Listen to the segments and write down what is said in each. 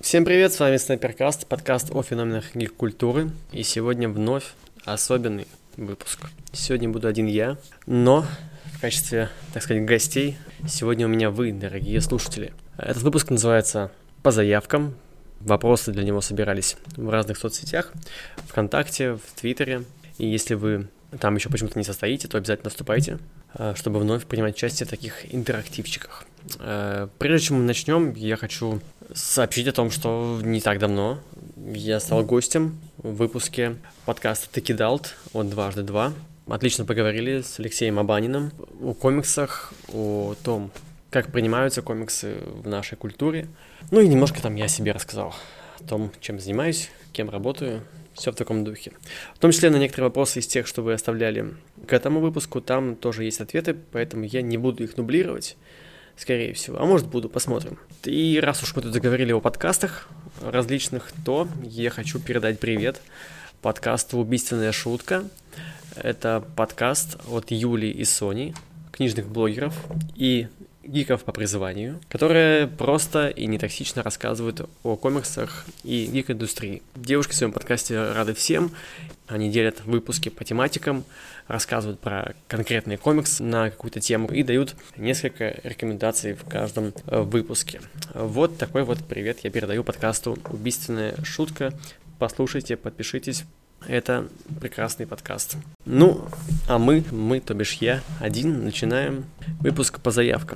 Всем привет, с вами Снайперкаст, подкаст о феноменах гик-культуры. И сегодня вновь особенный выпуск. Сегодня буду один я, но в качестве, так сказать, гостей сегодня у меня вы, дорогие слушатели. Этот выпуск называется «По заявкам». Вопросы для него собирались в разных соцсетях, ВКонтакте, в Твиттере. И если вы там еще почему-то не состоите, то обязательно вступайте, чтобы вновь принимать участие в таких интерактивчиках. Прежде чем мы начнем, я хочу сообщить о том, что не так давно я стал гостем в выпуске подкаста «Ты кидалт» от «Дважды два». Отлично поговорили с Алексеем Абаниным о комиксах, о том, как принимаются комиксы в нашей культуре. Ну и немножко там я о себе рассказал, о том, чем занимаюсь, кем работаю. Все в таком духе. В том числе на некоторые вопросы из тех, что вы оставляли к этому выпуску, там тоже есть ответы, поэтому я не буду их дублировать, скорее всего. А может буду, посмотрим. И раз уж мы тут заговорили о подкастах различных, то я хочу передать привет подкасту «Убийственная шутка». Это подкаст от Юли и Сони, книжных блогеров и гиков по призванию, которые просто и нетоксично рассказывают о комиксах и гик-индустрии. Девушки в своем подкасте рады всем, они делят выпуски по тематикам, рассказывают про конкретный комикс на какую-то тему и дают несколько рекомендаций в каждом выпуске. Вот такой вот привет я передаю подкасту «Убийственная шутка». Послушайте, подпишитесь. Это прекрасный подкаст. Ну, а мы, то бишь я, один, начинаем выпуск по заявкам.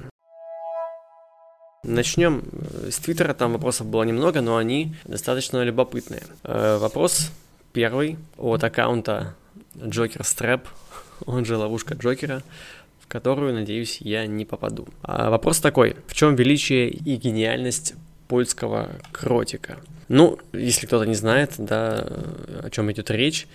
Начнем с Твиттера, там вопросов было немного, но они достаточно любопытные. Вопрос первый от аккаунта Джокер Стрэп, он же ловушка Джокера, в которую, надеюсь, я не попаду. Вопрос такой: в чем величие и гениальность польского кротика? Ну, если кто-то не знает, да, о чем идет речь,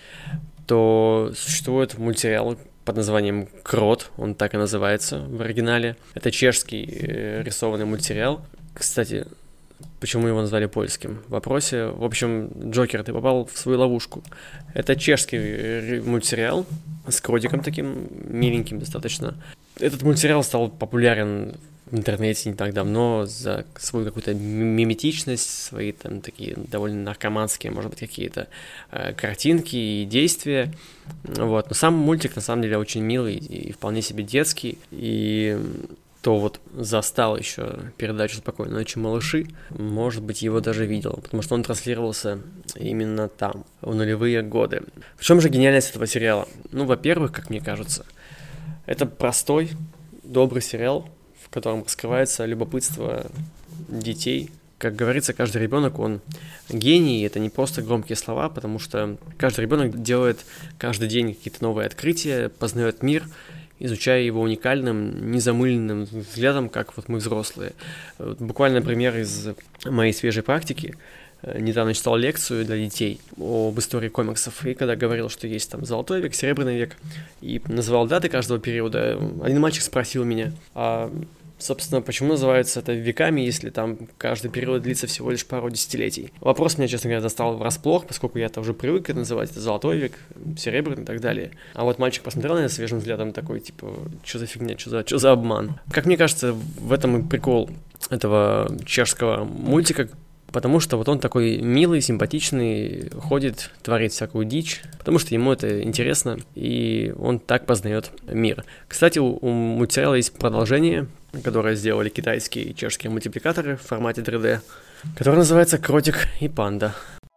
то существует мультсериал под названием «Крот», он так и называется в оригинале. Это чешский рисованный мультсериал. Кстати, почему его назвали польским? В вопросе. В общем, Джокер, ты попал в свою ловушку. Это чешский мультсериал с кротиком таким миленьким достаточно. Этот мультсериал стал популярен в интернете не так давно за свою какую-то миметичность, свои там такие довольно наркоманские, может быть, какие-то картинки и действия. Вот. Но сам мультик, на самом деле, очень милый и вполне себе детский. И кто вот застал еще передачу «Спокойной ночи, малыши», может быть, его даже видел, потому что он транслировался именно там, в нулевые годы. В чем же гениальность этого сериала? Ну, во-первых, как мне кажется, это простой, добрый сериал, в котором раскрывается любопытство детей. Как говорится, каждый ребенок, он гений, и это не просто громкие слова, потому что каждый ребенок делает каждый день какие-то новые открытия, познает мир, изучая его уникальным, незамыленным взглядом, как вот мы взрослые. Буквально пример из моей свежей практики. Недавно читал лекцию для детей об истории комиксов, и когда говорил, что есть там золотой век, серебряный век, и называл даты каждого периода, один мальчик спросил меня, собственно, почему называется это веками, если там каждый период длится всего лишь пару десятилетий? Вопрос меня, честно говоря, застал врасплох, поскольку я-то уже привык это называть, это золотой век, серебряный и так далее. А вот мальчик посмотрел на это свежим взглядом такой, типа, что за фигня, что за обман? Как мне кажется, в этом и прикол этого чешского мультика, потому что вот он такой милый, симпатичный, ходит, творит всякую дичь, потому что ему это интересно, и он так познает мир. Кстати, у мультсериала есть продолжение, которое сделали китайские и чешские мультипликаторы в формате 3D, которое называется «Кротик и панда».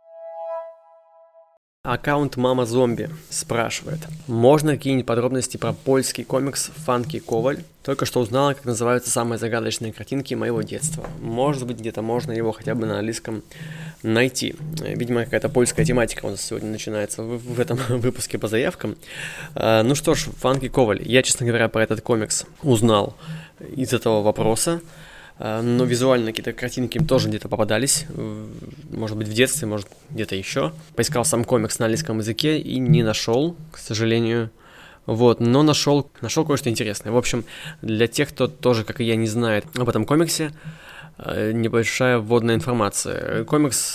Аккаунт «Мама Зомби» спрашивает: можно какие-нибудь подробности про польский комикс «Фанки Коваль»? Только что узнала, как называются самые загадочные картинки моего детства. Может быть, где-то можно его хотя бы на английском найти. Видимо, какая-то польская тематика у нас сегодня начинается в этом выпуске по заявкам. Ну что ж, «Фанки Коваль». Я, честно говоря, про этот комикс узнал из этого вопроса. Но визуально какие-то картинки тоже где-то попадались, может быть, в детстве, может, где-то еще. Поискал сам комикс на английском языке и не нашел, к сожалению. Вот, но нашел кое-что интересное. В общем, для тех, кто тоже, как и я, не знает об этом комиксе, небольшая вводная информация. Комикс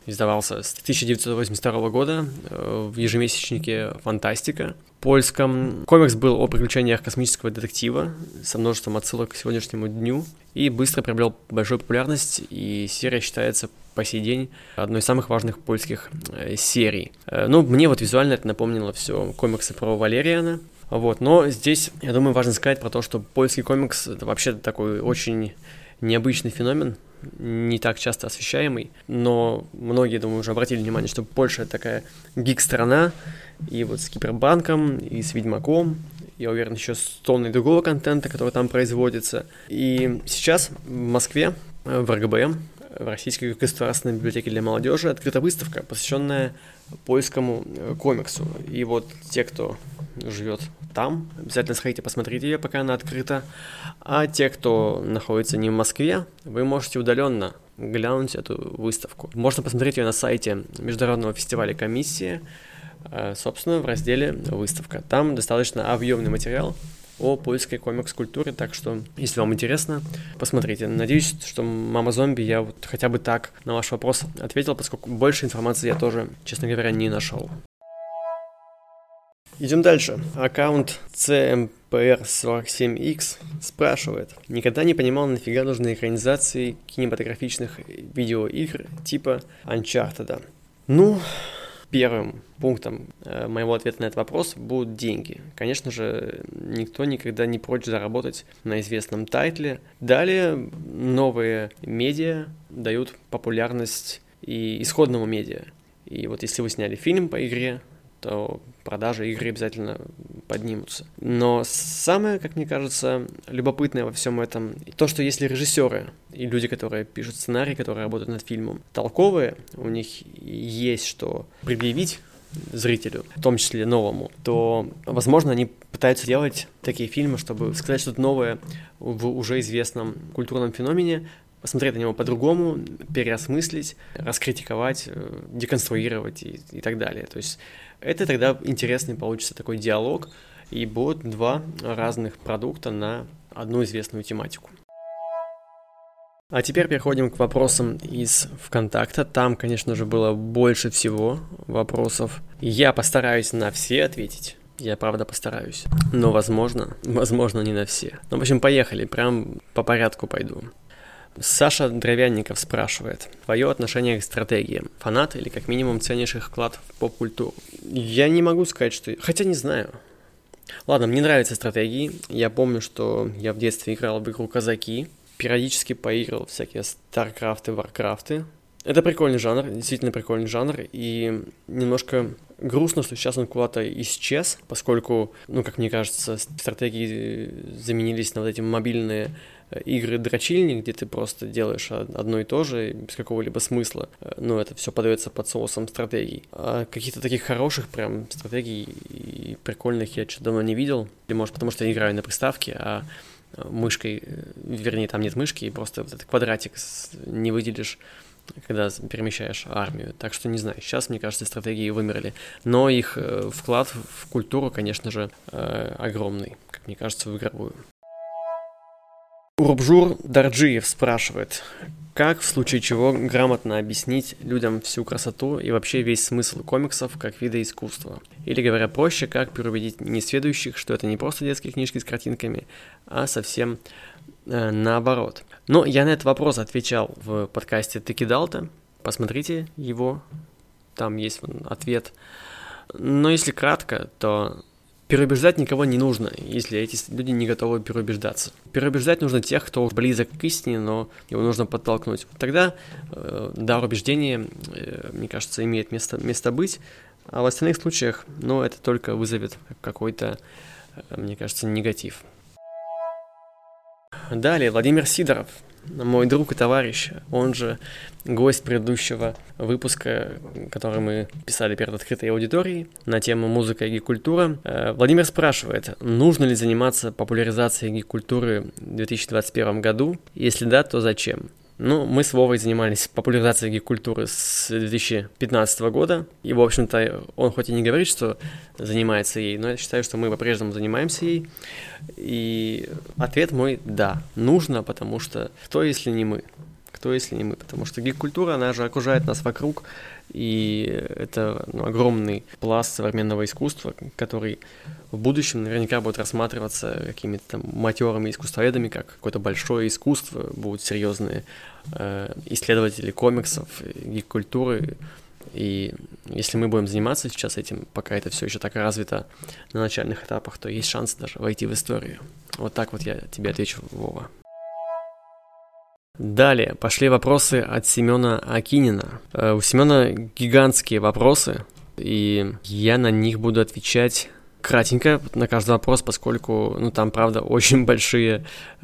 издавался с 1982 года в ежемесячнике «Фантастика». Польском. Комикс был о приключениях космического детектива со множеством отсылок к сегодняшнему дню и быстро приобрел большую популярность, и серия считается по сей день одной из самых важных польских серий. Ну, мне вот визуально это напомнило все комиксы про Валериана. Вот, но здесь, я думаю, важно сказать про то, что польский комикс — это вообще такой очень необычный феномен, не так часто освещаемый, но многие, думаю, уже обратили внимание, что Польша — это такая гик-страна, и вот с Киберпанком, и с Ведьмаком, я уверен, еще с тонной другого контента, который там производится. И сейчас в Москве, в РГБМ, в Российской государственной библиотеке для молодежи, открыта выставка, посвященная польскому комиксу. И вот те, кто живет там, обязательно сходите, посмотрите ее, пока она открыта. А те, кто находится не в Москве, вы можете удаленно глянуть эту выставку. Можно посмотреть ее на сайте Международного фестиваля «Комиссия», собственно, в разделе «Выставка». Там достаточно объемный материал о польской комикс-культуре, так что, если вам интересно, посмотрите. Надеюсь, что «Мама зомби» я вот хотя бы так на ваш вопрос ответил, поскольку больше информации я тоже, честно говоря, не нашел. Идем дальше. Аккаунт CMPR47X спрашивает: никогда не понимал, нафига нужны экранизации кинематографичных видеоигр типа Uncharted. Ну, первым пунктом моего ответа на этот вопрос будут деньги. Конечно же, никто никогда не прочь заработать на известном тайтле. Далее новые медиа дают популярность и исходному медиа. И вот если вы сняли фильм по игре, то продажи игры обязательно поднимутся. Но самое, как мне кажется, любопытное во всем этом то, что если режиссеры и люди, которые пишут сценарий, которые работают над фильмом, толковые, у них есть что предъявить зрителю, в том числе новому, то, возможно, они пытаются делать такие фильмы, чтобы сказать что-то новое в уже известном культурном феномене, посмотреть на него по-другому, переосмыслить, раскритиковать, деконструировать и так далее. То есть это тогда интересный получится такой диалог, и будет два разных продукта на одну известную тематику. А теперь переходим к вопросам из ВКонтакта. Там, конечно же, было больше всего вопросов. Я постараюсь на все ответить. Я, правда, постараюсь. Но, возможно, не на все. Ну, в общем, поехали. Прям по порядку пойду. Саша Дровянников спрашивает: твое отношение к стратегиям? Фанат или как минимум ценишь их вклад в поп-культуру? Я не могу сказать, что... Хотя не знаю. Ладно, мне нравятся стратегии. Я помню, что я в детстве играл в игру «Казаки». Периодически поиграл всякие Старкрафты, Варкрафты. Это прикольный жанр, действительно прикольный жанр. И немножко грустно, что сейчас он куда-то исчез, поскольку, ну, как мне кажется, стратегии заменились на вот эти мобильные игры-дрочильни, где ты просто делаешь одно и то же, без какого-либо смысла. Ну, это все подается под соусом стратегий. А каких-то таких хороших прям стратегий и прикольных я что-то давно не видел. Или, может, потому что я играю на приставке, а мышкой, вернее, там нет мышки, и просто вот этот квадратик не выделишь, когда перемещаешь армию. Так что не знаю, сейчас, мне кажется, стратегии вымерли. Но их вклад в культуру, конечно же, огромный, как мне кажется, в игровую. Урбжур Дарджиев спрашивает: как в случае чего грамотно объяснить людям всю красоту и вообще весь смысл комиксов как вида искусства? Или, говоря проще, как переубедить несведущих, что это не просто детские книжки с картинками, а совсем наоборот? Ну, я на этот вопрос отвечал в подкасте «Ты кидал-то». Посмотрите его, там есть ответ. Но если кратко, то переубеждать никого не нужно, если эти люди не готовы переубеждаться. Переубеждать нужно тех, кто близок к истине, но его нужно подтолкнуть. Тогда дар убеждения, мне кажется, имеет место быть, а в остальных случаях, ну, это только вызовет какой-то, мне кажется, негатив. Далее, Владимир Сидоров, мой друг и товарищ, он же гость предыдущего выпуска, который мы писали перед открытой аудиторией на тему «Музыка и гик-культура». Владимир спрашивает: нужно ли заниматься популяризацией гик-культуры в 2021 году? Если да, то зачем? Ну, мы с Вовой занимались популяризацией гик-культуры с 2015 года, и, в общем-то, он хоть и не говорит, что занимается ей, но я считаю, что мы по-прежнему занимаемся ей, и ответ мой – да, нужно, потому что кто, если не мы? кто, если не мы? Потому что гик-культура, она же окружает нас вокруг, и это огромный пласт современного искусства, который в будущем наверняка будет рассматриваться какими-то там матерыми искусствоведами, как какое-то большое искусство, будут серьезные исследователи комиксов, гик-культуры. И если мы будем заниматься сейчас этим, пока это все еще так развито на начальных этапах, то есть шанс даже войти в историю. Вот так вот я тебе отвечу, Вова. Далее пошли вопросы от Семена Акинина. У Семена гигантские вопросы, и я на них буду отвечать кратенько на каждый вопрос, поскольку, там, правда, очень большие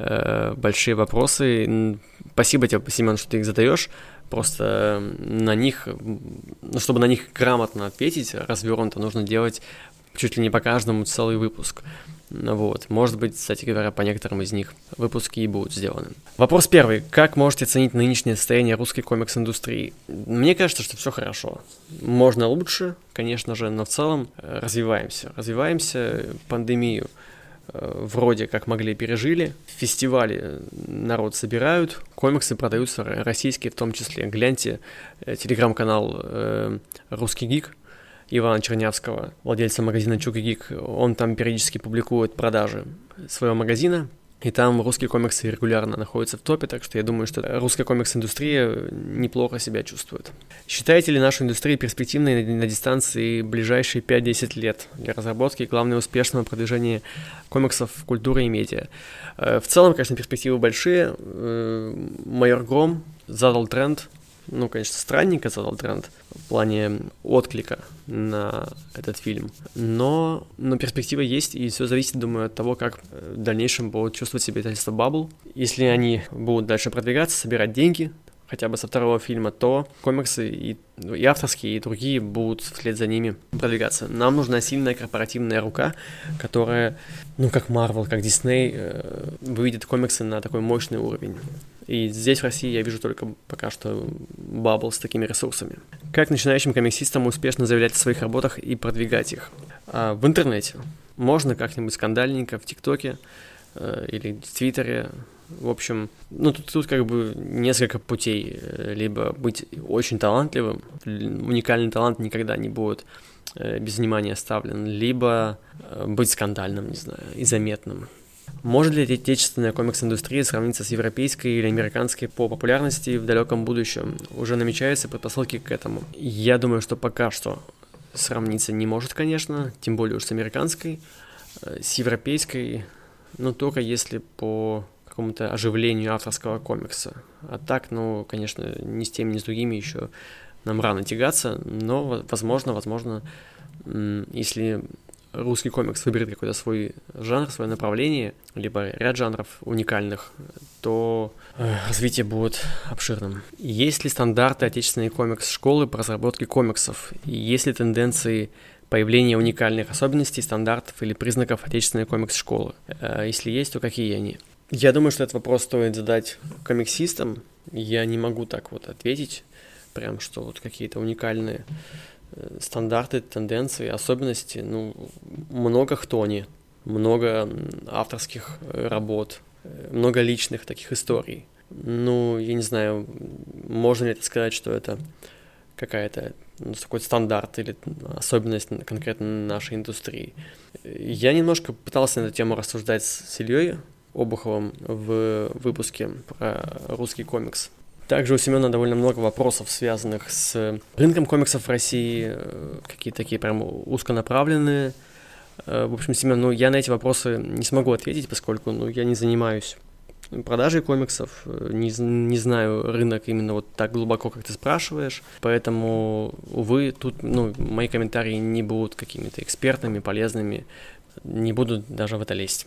вопросы. Спасибо тебе, Семен, что ты их задаешь. Просто на них, чтобы на них грамотно ответить, развернуто, нужно делать чуть ли не по каждому целый выпуск. Вот. Может быть, кстати говоря, по некоторым из них выпуски и будут сделаны. Вопрос первый. Как можете оценить нынешнее состояние русской комикс-индустрии? Мне кажется, что все хорошо. Можно лучше, конечно же, но в целом развиваемся. Пандемию вроде как могли пережили. Фестивали народ собирают, комиксы продаются, российские в том числе. Гляньте телеграм-канал «Русский гик» Ивана Чернявского, владельца магазина Чук и Гик. Он там периодически публикует продажи своего магазина, и там русские комиксы регулярно находятся в топе, так что я думаю, что русская комикс-индустрия неплохо себя чувствует. Считаете ли нашу индустрию перспективной на дистанции ближайшие 5-10 лет для разработки и, главное, успешного продвижения комиксов в культуре и медиа? В целом, конечно, перспективы большие. Майор Гром задал тренд. Конечно, странненько задал тренд в плане отклика на этот фильм, но перспектива есть, и все зависит, думаю, от того, как в дальнейшем будут чувствовать себя издательство Bubble. Если они будут дальше продвигаться, собирать деньги, хотя бы со второго фильма, то комиксы и авторские, и другие будут вслед за ними продвигаться. Нам нужна сильная корпоративная рука, которая, как Marvel, как Disney, выведет комиксы на такой мощный уровень. И здесь, в России, я вижу только пока что Bubble с такими ресурсами. Как начинающим комиксистам успешно заявлять о своих работах и продвигать их? В интернете. Можно как-нибудь скандальненько в ТикТоке или в Твиттере. В общем, тут как бы несколько путей. Либо быть очень талантливым, уникальный талант никогда не будет без внимания оставлен, либо быть скандальным, не знаю, и заметным. Может ли отечественная комикс-индустрия сравниться с европейской или американской по популярности в далеком будущем? Уже намечаются предпосылки к этому. Я думаю, что пока что сравниться не может, конечно, тем более уж с американской, с европейской, но только если по какому-то оживлению авторского комикса. А так, конечно, ни с теми, ни с другими еще нам рано тягаться, но, возможно, если русский комикс выберет какой-то свой жанр, свое направление, либо ряд жанров уникальных, то развитие будет обширным. Есть ли стандарты отечественной комикс-школы по разработке комиксов? И есть ли тенденции появления уникальных особенностей, стандартов или признаков отечественной комикс-школы? Если есть, то какие они? Я думаю, что этот вопрос стоит задать комиксистам. Я не могу так вот ответить, прям что вот какие-то уникальные стандарты, тенденции, особенности, много хтони, много авторских работ, много личных таких историй. Я не знаю, можно ли это сказать, что это какая-то такой стандарт или особенность конкретно нашей индустрии. Я немножко пытался на эту тему рассуждать с Ильей Обуховым в выпуске про русский комикс. Также у Семена довольно много вопросов, связанных с рынком комиксов в России, какие-то такие прям узконаправленные. В общем, Семен, я на эти вопросы не смогу ответить, поскольку я не занимаюсь продажей комиксов, не знаю рынок именно вот так глубоко, как ты спрашиваешь, поэтому, увы, тут мои комментарии не будут какими-то экспертными, полезными, не буду даже в это лезть.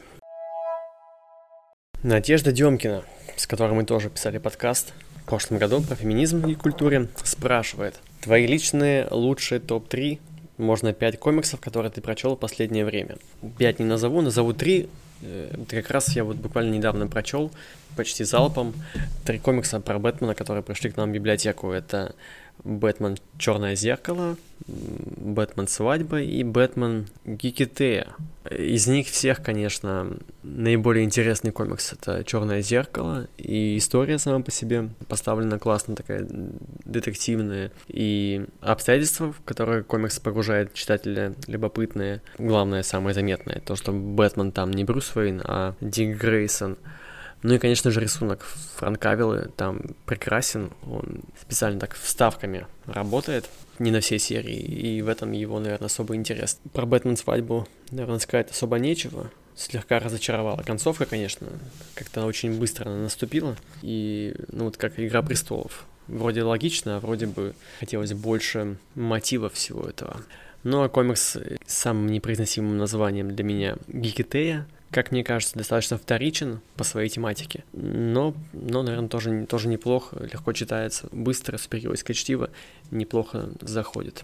Надежда Демкина, с которой мы тоже писали подкаст в прошлом году про феминизм и культуре, спрашивает: твои личные лучшие топ-3, можно 5 комиксов, которые ты прочел в последнее время. 5 не назову 3. Это как раз я вот буквально недавно прочел почти залпом 3 комикса про Бэтмена, которые пришли к нам в библиотеку. Это Бэтмен «Черное зеркало», Бэтмен «Свадьба» и Бэтмен «Гикитея». Из них всех, конечно, наиболее интересный комикс — это «Черное зеркало», и история сама по себе поставлена классно, такая детективная, и обстоятельства, в которые комикс погружает читателя, любопытные. Главное, самое заметное, то, что Бэтмен там не Брюс Уэйн, а Дик Грейсон. Ну и, конечно же, рисунок Фрэнк Кавилла там прекрасен, он специально так вставками работает, не на всей серии, и в этом его, наверное, особый интерес. Про «Бэтмен. Свадьбу», наверное, сказать особо нечего. Слегка разочаровала концовка, конечно, как-то очень быстро она наступила, и, ну, вот как «Игра престолов». Вроде логично, а вроде бы хотелось больше мотива всего этого. Ну а комикс с самым непроизносимым названием для меня «Гикитея», как мне кажется, достаточно вторичен по своей тематике, но наверное, тоже неплохо, легко читается, быстро, супергеройское чтиво, неплохо заходит.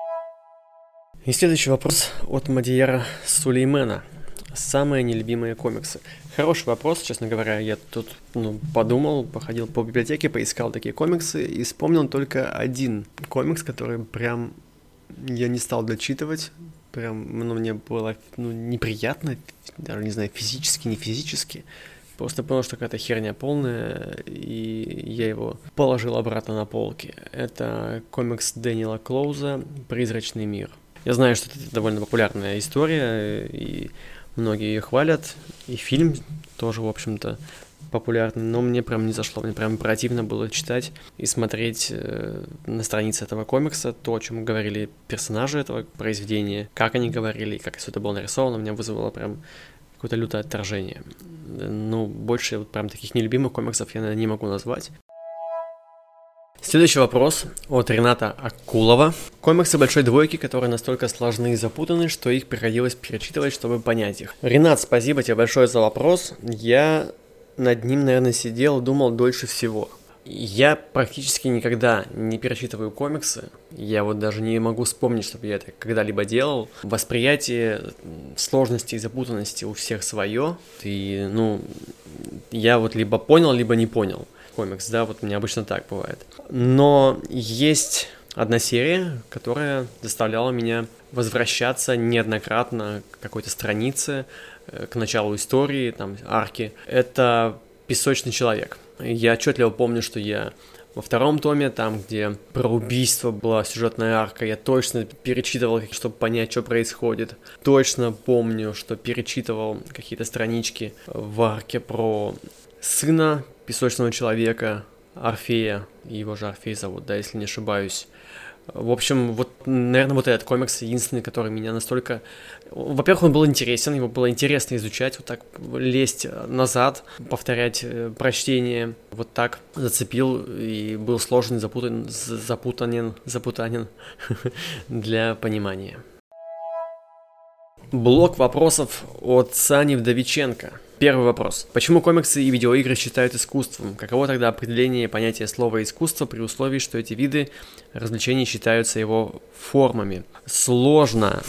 И следующий вопрос от Мадияра Сулеймена. Самые нелюбимые комиксы. Хороший вопрос, честно говоря. Я тут подумал, походил по библиотеке, поискал такие комиксы и вспомнил только один комикс, который прям я не стал дочитывать. Прям, мне было неприятно, даже не знаю, физически, не физически. Просто понял, что какая-то херня полная, и я его положил обратно на полки. Это комикс Дэниела Клоуза «Призрачный мир». Я знаю, что это довольно популярная история, и многие ее хвалят, и фильм тоже, в общем-то, популярный, но мне прям не зашло, мне прям противно было читать и смотреть на странице этого комикса то, о чем говорили персонажи этого произведения, как они говорили, как все это было нарисовано, меня вызвало прям какое-то лютое отторжение. Ну, больше вот прям таких нелюбимых комиксов я, наверное, не могу назвать. Следующий вопрос от Рената Акулова. Комиксы большой двойки, которые настолько сложны и запутаны, что их приходилось перечитывать, чтобы понять их. Ренат, спасибо тебе большое за вопрос. Я над ним, наверное, сидел, думал дольше всего. Я практически никогда не перечитываю комиксы. Я вот даже не могу вспомнить, чтобы я это когда-либо делал. Восприятие сложности и запутанности у всех свое. И, я вот либо понял, либо не понял комикс, да, вот у меня обычно так бывает. Но есть одна серия, которая заставляла меня возвращаться неоднократно к какой-то странице, к началу истории, там, арки. Это «Песочный человек». Я отчетливо помню, что я во втором томе, там, где про убийство была сюжетная арка, я точно перечитывал, чтобы понять, что происходит. Точно помню, что перечитывал какие-то странички в арке про сына Песочного человека, Орфея. Его же Орфей зовут, да, если не ошибаюсь. В общем, вот, наверное, вот этот комикс единственный, который меня настолько... Во-первых, он был интересен, его было интересно изучать, вот так лезть назад, повторять прочтение, вот так зацепил и был сложен, запутанен для понимания. Блок вопросов от Сани Вдовиченко. Первый вопрос. Почему комиксы и видеоигры считают искусством? Каково тогда определение понятия слова «искусство» при условии, что эти виды развлечений считаются его формами? Сложно.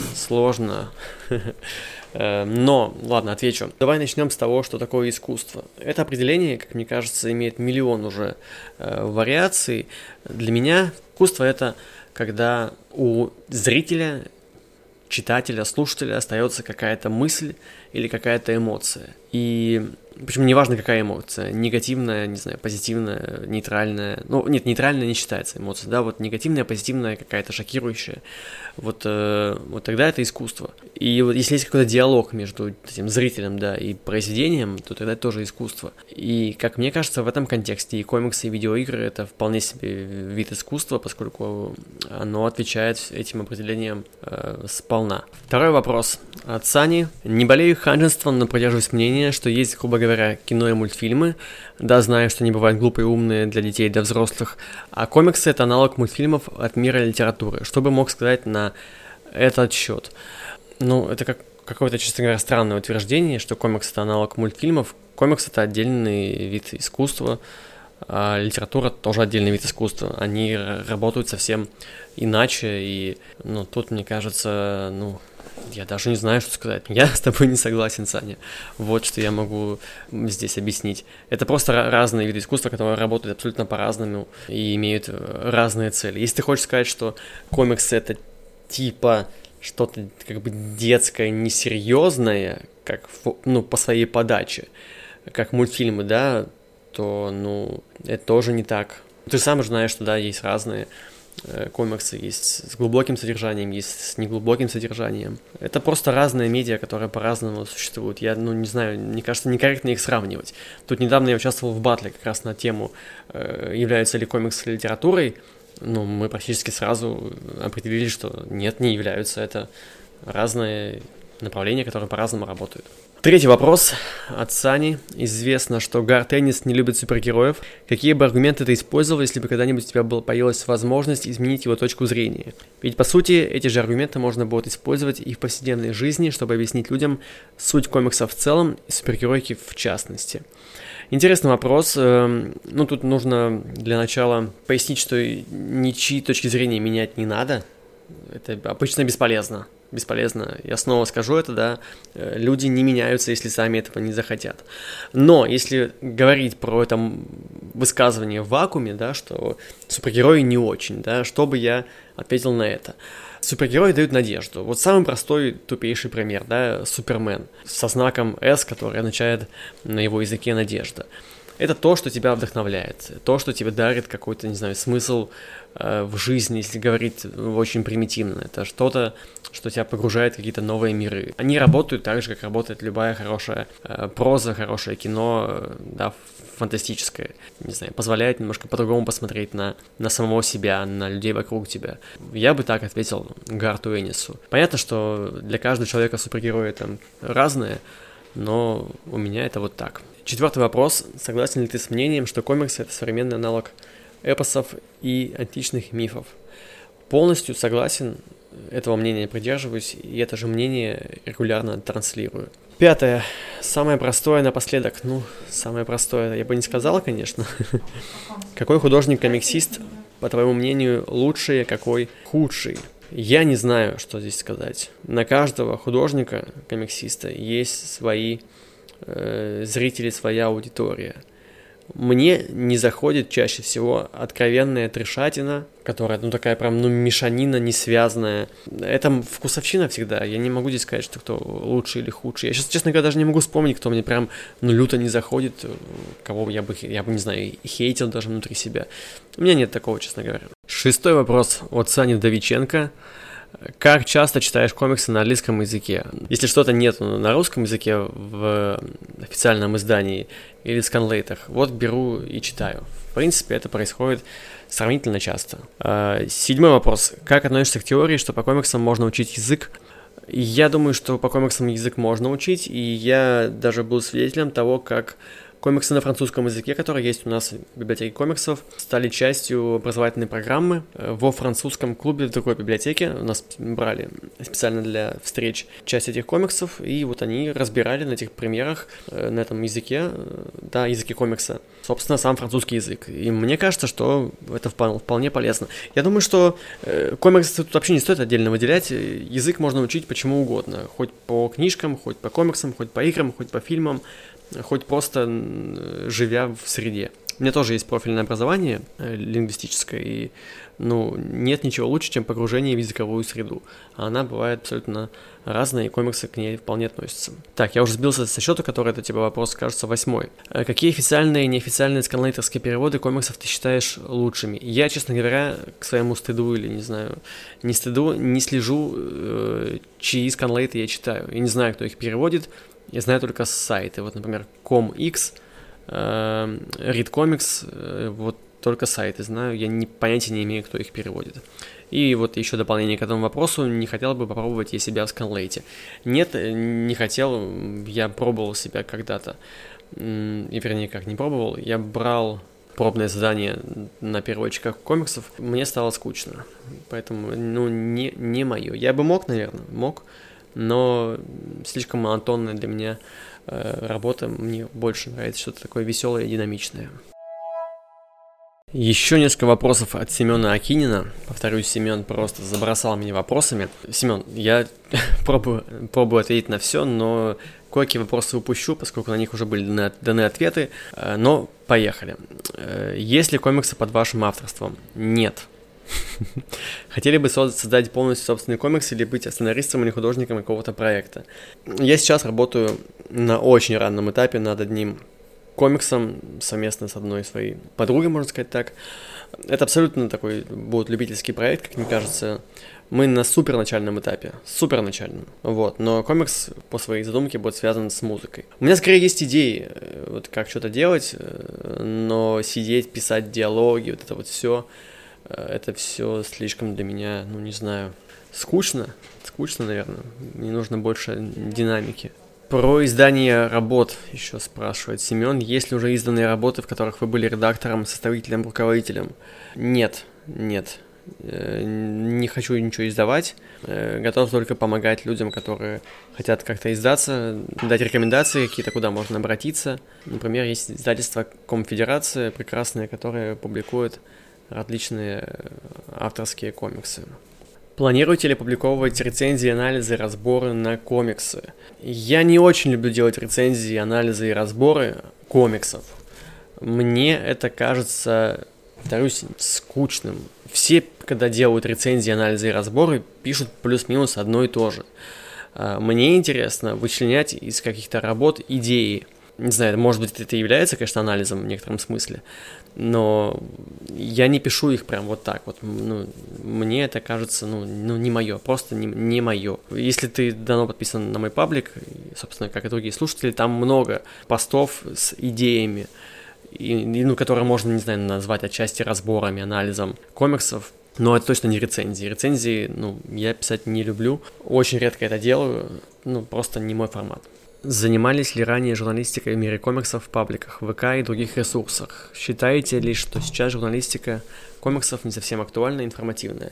Но, ладно, отвечу. Давай начнем с того, что такое искусство. Это определение, как мне кажется, имеет миллион уже вариаций. Для меня искусство — это когда у зрителя, читателя, слушателя остается какая-то мысль или какая-то эмоция. И причем неважно, какая эмоция, негативная, не знаю, позитивная, нейтральная. Нет, нейтральная не считается эмоция, да, вот негативная, позитивная, какая-то шокирующая. Вот тогда это искусство. И вот если есть какой-то диалог между этим зрителем, да, и произведением, то тогда это тоже искусство. И, как мне кажется, в этом контексте и комиксы, и видеоигры — это вполне себе вид искусства, поскольку оно отвечает этим определениям сполна. Второй вопрос от Сани. Не болею ханжеством, но придерживаюсь мнения, что есть, грубо говоря, кино и мультфильмы. Да, знаю, что они бывают глупые и умные для детей и для взрослых. А комиксы — это аналог мультфильмов от мира литературы. Что бы мог сказать на этот счет? Это как какое-то, честно говоря, странное утверждение, что комикс — это аналог мультфильмов. Комикс — это отдельный вид искусства, а литература тоже отдельный вид искусства. Они работают совсем иначе, и тут, мне кажется, Я даже не знаю, что сказать. Я с тобой не согласен, Саня. Вот что я могу здесь объяснить. Это просто разные виды искусства, которые работают абсолютно по-разному и имеют разные цели. Если ты хочешь сказать, что комиксы — это типа что-то как бы детское, несерьезное, как, ну, по своей подаче, как мультфильмы, да, то, ну, это тоже не так. Ты сам же знаешь, что, да, есть разные комиксы, есть с глубоким содержанием, есть с неглубоким содержанием. Это просто разные медиа, которые по-разному существуют. Я, ну, не знаю, мне кажется, некорректно их сравнивать. Тут недавно я участвовал в батле как раз на тему, являются ли комиксы литературой. Ну, мы практически сразу определили, что нет, не являются. Это разные направления, которые по-разному работают. Третий вопрос от Сани. Известно, что Гарт Эннис не любит супергероев. Какие бы аргументы ты использовал, если бы когда-нибудь у тебя появилась возможность изменить его точку зрения? Ведь, по сути, эти же аргументы можно будет использовать и в повседневной жизни, чтобы объяснить людям суть комиксов в целом и супергеройки в частности. Интересный вопрос. Ну, тут нужно для начала пояснить, что ничьи точки зрения менять не надо. Это обычно бесполезно. Я снова скажу это, да, люди не меняются, если сами этого не захотят. Но если говорить про это высказывание в вакууме, да, что супергерои не очень, да, что бы я ответил на это? Супергерои дают надежду. Вот самый простой, тупейший пример, да, Супермен со знаком S, который означает на его языке надежда. Это то, что тебя вдохновляет, то, что тебе дарит какой-то, не знаю, смысл в жизни, если говорить очень примитивно. Это что-то, что тебя погружает в какие-то новые миры. Они работают так же, как работает любая хорошая проза, хорошее кино, да, фантастическое. Не знаю, позволяет немножко по-другому посмотреть на самого себя, на людей вокруг тебя. Я бы так ответил Гарту Эннису. Понятно, что для каждого человека супергерои там разные, но у меня это вот так. Четвертый вопрос. Согласен ли ты с мнением, что комиксы — это современный аналог эпосов и античных мифов? Полностью согласен, этого мнения придерживаюсь, и это же мнение регулярно транслирую. Пятое. Самое простое напоследок. Ну, самое простое я бы не сказал, конечно. Какой художник-комиксист, по твоему мнению, лучший, а какой худший? Я не знаю, что здесь сказать. На каждого художника-комиксиста есть свои зрители, своя аудитория. Мне не заходит чаще всего откровенная трешатина, которая, ну, такая прям, ну, мешанина несвязанная. Это вкусовщина всегда. Я не могу здесь сказать, что кто лучше или худший. Я сейчас, честно говоря, даже не могу вспомнить, кто мне прям, ну, люто не заходит, кого я бы, не знаю, хейтил даже внутри себя. У меня нет такого, честно говоря. Шестой вопрос от Сани Вдовиченко. Как часто читаешь комиксы на английском языке? Если что-то нет на русском языке в официальном издании или сканлейтах, вот беру и читаю. В принципе, это происходит сравнительно часто. Седьмой вопрос. Как относишься к теории, что по комиксам можно учить язык? Я думаю, что по комиксам язык можно учить, и я даже был свидетелем того, как комиксы на французском языке, которые есть у нас в библиотеке комиксов, стали частью образовательной программы во французском клубе в другой библиотеке. У нас брали специально для встреч часть этих комиксов, и вот они разбирали на этих примерах, на этом языке, да, языке комикса, собственно, сам французский язык. И мне кажется, что это вполне полезно. Я думаю, что комиксы тут вообще не стоит отдельно выделять. Язык можно учить почему угодно. Хоть по книжкам, хоть по комиксам, хоть по играм, хоть по фильмам, хоть просто живя в среде. У меня тоже есть профильное образование лингвистическое, и, ну, нет ничего лучше, чем погружение в языковую среду. А она бывает абсолютно разная, и комиксы к ней вполне относятся. Так, я уже сбился со счета, который это типа вопрос, кажется, 8. Какие официальные и неофициальные сканлейтерские переводы комиксов ты считаешь лучшими? Я, честно говоря, к своему стыду или, не знаю, не стыду, не слежу, чьи сканлейты я читаю. Я не знаю, кто их переводит. Я знаю только сайты, вот, например, ComX, Read Comics, вот только сайты знаю, я понятия не имею, кто их переводит. И вот еще дополнение к этому вопросу, не хотел бы попробовать я себя в сканлейте. Нет, не хотел, я пробовал себя когда-то, и вернее, как не пробовал, я брал пробное задание на переводчиках комиксов, мне стало скучно, поэтому, ну, не мое. Я бы мог, наверное, но слишком монотонная для меня работа, мне больше нравится что-то такое веселое и динамичное. Еще несколько вопросов от Семена Акинина. Повторюсь, Семен просто забросал меня вопросами. Семен, я пробую ответить на все, но кое-какие вопросы упущу, поскольку на них уже были даны ответы. Но поехали. Есть ли комиксы под вашим авторством? Нет. Хотели бы создать полностью собственный комикс или быть сценаристом или художником какого-то проекта? Я сейчас работаю на очень раннем этапе над одним комиксом совместно с одной своей подругой, можно сказать так. Это абсолютно такой будет любительский проект, как мне кажется. Мы на суперначальном этапе, суперначальном, вот, но комикс по своей задумке будет связан с музыкой. У меня скорее есть идеи, вот как что-то делать, но сидеть, писать диалоги, вот это все слишком для меня, ну не знаю, скучно, наверное, мне нужно больше динамики. Про издание работ еще спрашивает Семен. Есть ли уже изданные работы, в которых вы были редактором, составителем, руководителем? Нет. Не хочу ничего издавать. Готов только помогать людям, которые хотят как-то издаться, дать рекомендации какие-то, куда можно обратиться. Например, есть издательство Конфедерация, прекрасное, которое публикует различные авторские комиксы. Планируете ли публиковывать рецензии, анализы, разборы на комиксы? Я не очень люблю делать рецензии, анализы и разборы комиксов. Мне это кажется, повторюсь, скучным. Все, когда делают рецензии, анализы и разборы, пишут плюс-минус одно и то же. Мне интересно вычленять из каких-то работ идеи. Не знаю, может быть, это является, конечно, анализом в некотором смысле, но я не пишу их прям вот так вот. Ну, мне это кажется, не мое, просто не мое. Если ты давно подписан на мой паблик, собственно, как и другие слушатели, там много постов с идеями, которые можно, не знаю, назвать отчасти разборами, анализом комиксов. Но это точно не рецензии. Рецензии, я писать не люблю. Очень редко это делаю. Просто не мой формат. Занимались ли ранее журналистикой в мире комиксов в пабликах ВК и других ресурсах? Считаете ли, что сейчас журналистика комиксов не совсем актуальна и информативная?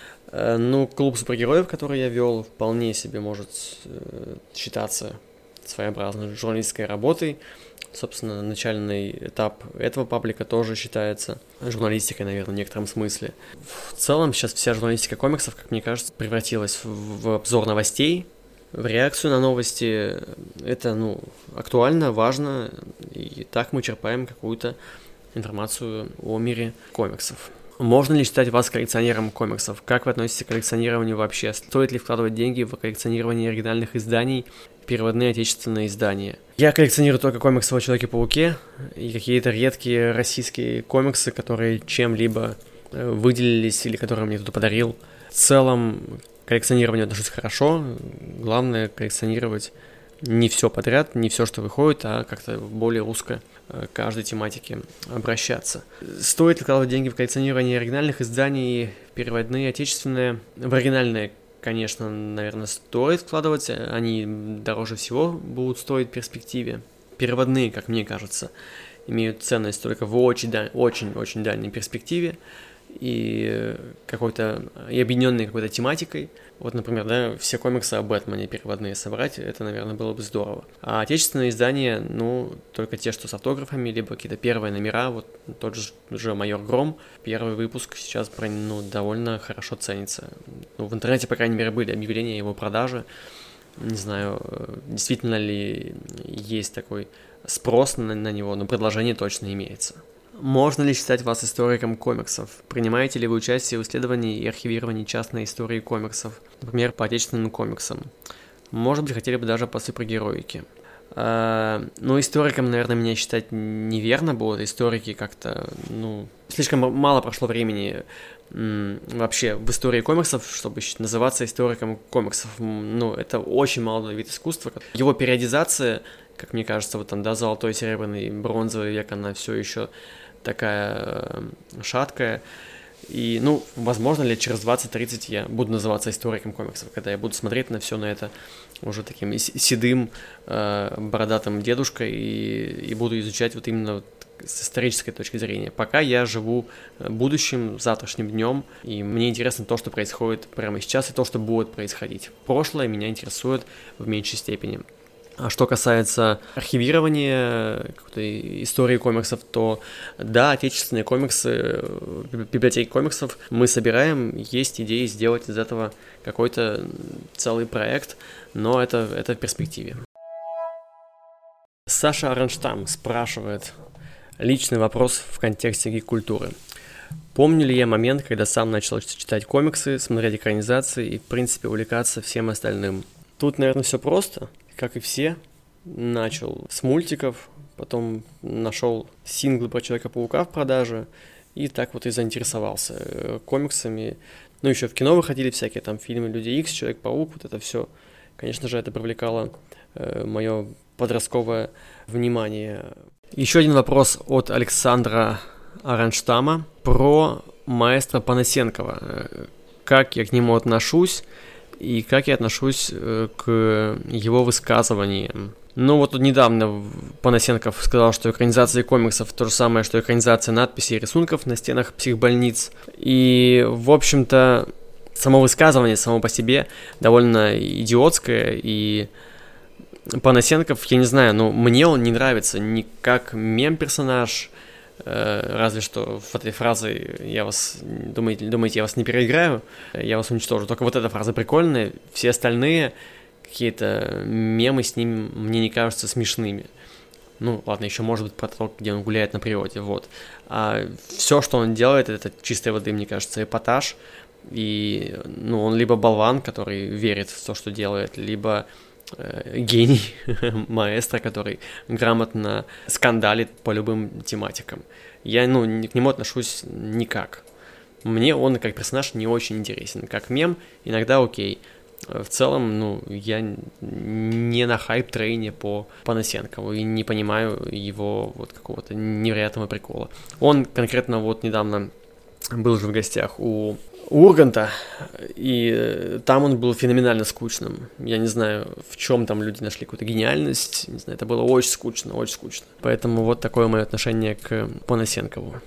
Клуб супергероев, который я вел, вполне себе может считаться своеобразной журналистской работой. Собственно, начальный этап этого паблика тоже считается журналистикой, наверное, в некотором смысле. В целом, сейчас вся журналистика комиксов, как мне кажется, превратилась в обзор новостей, в реакцию на новости. Это, актуально, важно, и так мы черпаем какую-то информацию о мире комиксов. Можно ли считать вас коллекционером комиксов? Как вы относитесь к коллекционированию вообще? Стоит ли вкладывать деньги в коллекционирование оригинальных изданий, переводные отечественные издания? Я коллекционирую только комиксы о Человеке-пауке и какие-то редкие российские комиксы, которые чем-либо выделились или которые мне кто-то подарил. В целом, к коллекционированию отношусь хорошо. Главное коллекционировать не все подряд, не все, что выходит, а как-то более узко к каждой тематике обращаться. Стоит ли вкладывать деньги в коллекционирование оригинальных изданий, переводные, отечественные? В оригинальные, конечно, наверное, стоит вкладывать, они дороже всего будут стоить в перспективе. Переводные, как мне кажется, имеют ценность только в очень-очень дальней перспективе и объединенной какой-то тематикой. Вот, например, все комиксы о Бэтмене переводные собрать, это, наверное, было бы здорово. А отечественные издания, только те, что с автографами, либо какие-то первые номера, вот тот же «Майор Гром», первый выпуск сейчас, довольно хорошо ценится. В интернете, по крайней мере, были объявления о его продаже. Не знаю, действительно ли есть такой спрос на него, но предложение точно имеется. Можно ли считать вас историком комиксов? Принимаете ли вы участие в исследовании и архивировании частной истории комиксов, например, по отечественным комиксам? Может быть, хотели бы даже по супергероике. Историком, наверное, меня считать неверно будет. Историки как-то, слишком мало прошло времени вообще в истории комиксов, чтобы называться историком комиксов. Это очень молодой вид искусства. Его периодизация, как мне кажется, золотой, серебряный, бронзовый век, она все еще такая шаткая. И, возможно, лет через 20-30 я буду называться историком комиксов, когда я буду смотреть на все на это уже таким седым, бородатым дедушкой и буду изучать именно с исторической точки зрения. Пока я живу будущим, завтрашним днем, и мне интересно то, что происходит прямо сейчас, и то, что будет происходить. Прошлое меня интересует в меньшей степени. А что касается архивирования какой-то истории комиксов, то да, отечественные комиксы, библиотеки комиксов мы собираем, есть идеи сделать из этого какой-то целый проект, но это в перспективе. Саша Аронштам спрашивает личный вопрос в контексте гик-культуры. Помню ли я момент, когда сам начал читать комиксы, смотреть экранизации и, в принципе, увлекаться всем остальным? Тут, наверное, все просто. Как и все, начал с мультиков, потом нашел синглы про Человека-паука в продаже, и так вот и заинтересовался комиксами. Ну, еще в кино выходили всякие там фильмы «Люди Икс», «Человек-паук», вот это все. Конечно же, это привлекало мое подростковое внимание. Еще один вопрос от Александра Аронштама про маэстро Панасенкова. Как я к нему отношусь? И как я отношусь к его высказываниям. Ну вот тут недавно Панасенков сказал, что экранизация комиксов то же самое, что экранизация надписей и рисунков на стенах психбольниц. И, в общем-то, само высказывание само по себе довольно идиотское. И Панасенков, я не знаю, но мне он не нравится ни как мем-персонаж, разве что в этой фразе думаете, я вас не переиграю, я вас уничтожу. Только вот эта фраза прикольная, все остальные какие-то мемы с ним мне не кажутся смешными. Ну, ладно, еще может быть про то, где он гуляет на природе, вот. А все, что он делает, это чистой воды, мне кажется, эпатаж. И, ну, он либо болван, который верит в то, что делает, либо гений, маэстро, который грамотно скандалит по любым тематикам. Я, к нему отношусь никак. Мне он как персонаж не очень интересен. Как мем иногда окей. В целом, я не на хайп-трейне по Панасенкову и не понимаю его вот какого-то невероятного прикола. Он конкретно вот недавно был же в гостях у Урганта, и там он был феноменально скучным. Я не знаю, в чем там люди нашли какую-то гениальность. Не знаю, это было очень скучно, очень скучно. Поэтому вот такое мое отношение к Панасенкову.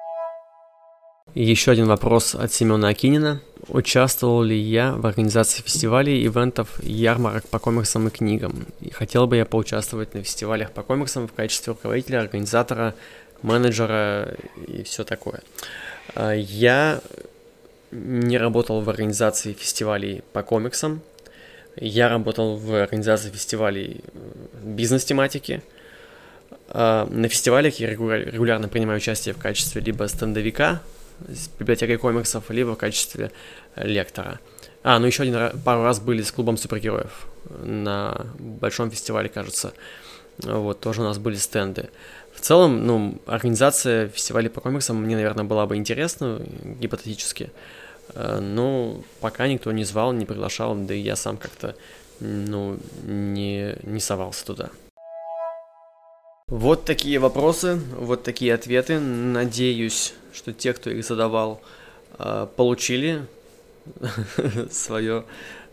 И еще один вопрос от Семена Акинина. Участвовал ли я в организации фестивалей, ивентов, ярмарок по комиксам и книгам? И хотел бы я поучаствовать на фестивалях по комиксам в качестве руководителя, организатора, менеджера и все такое. Я не работал в организации фестивалей по комиксам. Я работал в организации фестивалей бизнес-тематики. На фестивалях я регулярно принимаю участие в качестве либо стендовика с библиотекой комиксов, либо в качестве лектора. Еще пару раз были с клубом супергероев на большом фестивале, кажется. Вот, тоже у нас были стенды. В целом, организация фестивалей по комиксам мне, наверное, была бы интересна, гипотетически. Но пока никто не звал, не приглашал, да и я сам как-то, не совался туда. Вот такие вопросы, вот такие ответы. Надеюсь, что те, кто их задавал, получили свое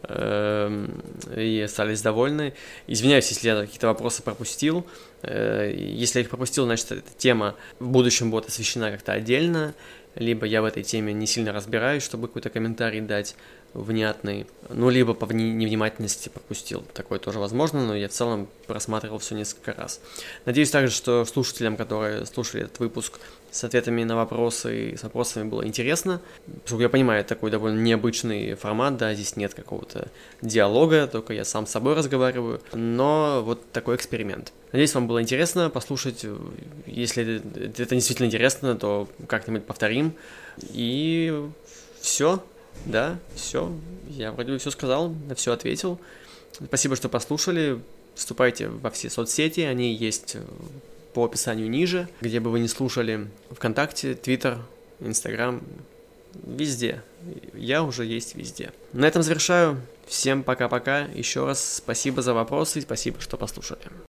и остались довольны. Извиняюсь, если я какие-то вопросы пропустил. Если я их пропустил, значит, эта тема в будущем будет освещена как-то отдельно, либо я в этой теме не сильно разбираюсь, чтобы какой-то комментарий дать внятный, либо по невнимательности пропустил. Такое тоже возможно, но я в целом просматривал все несколько раз. Надеюсь также, что слушателям, которые слушали этот выпуск, с ответами на вопросы и с вопросами было интересно. Поскольку я понимаю, это такой довольно необычный формат, да, здесь нет какого-то диалога, только я сам с собой разговариваю, но вот такой эксперимент. Надеюсь, вам было интересно послушать. Если это действительно интересно, то как-нибудь повторим. И все, да, все. Я вроде бы все сказал, на все ответил. Спасибо, что послушали. Вступайте во все соцсети, они есть по описанию ниже, где бы вы ни слушали, ВКонтакте, Твиттер, Инстаграм, везде. Я уже есть везде. На этом завершаю. Всем пока-пока. Еще раз спасибо за вопросы и спасибо, что послушали.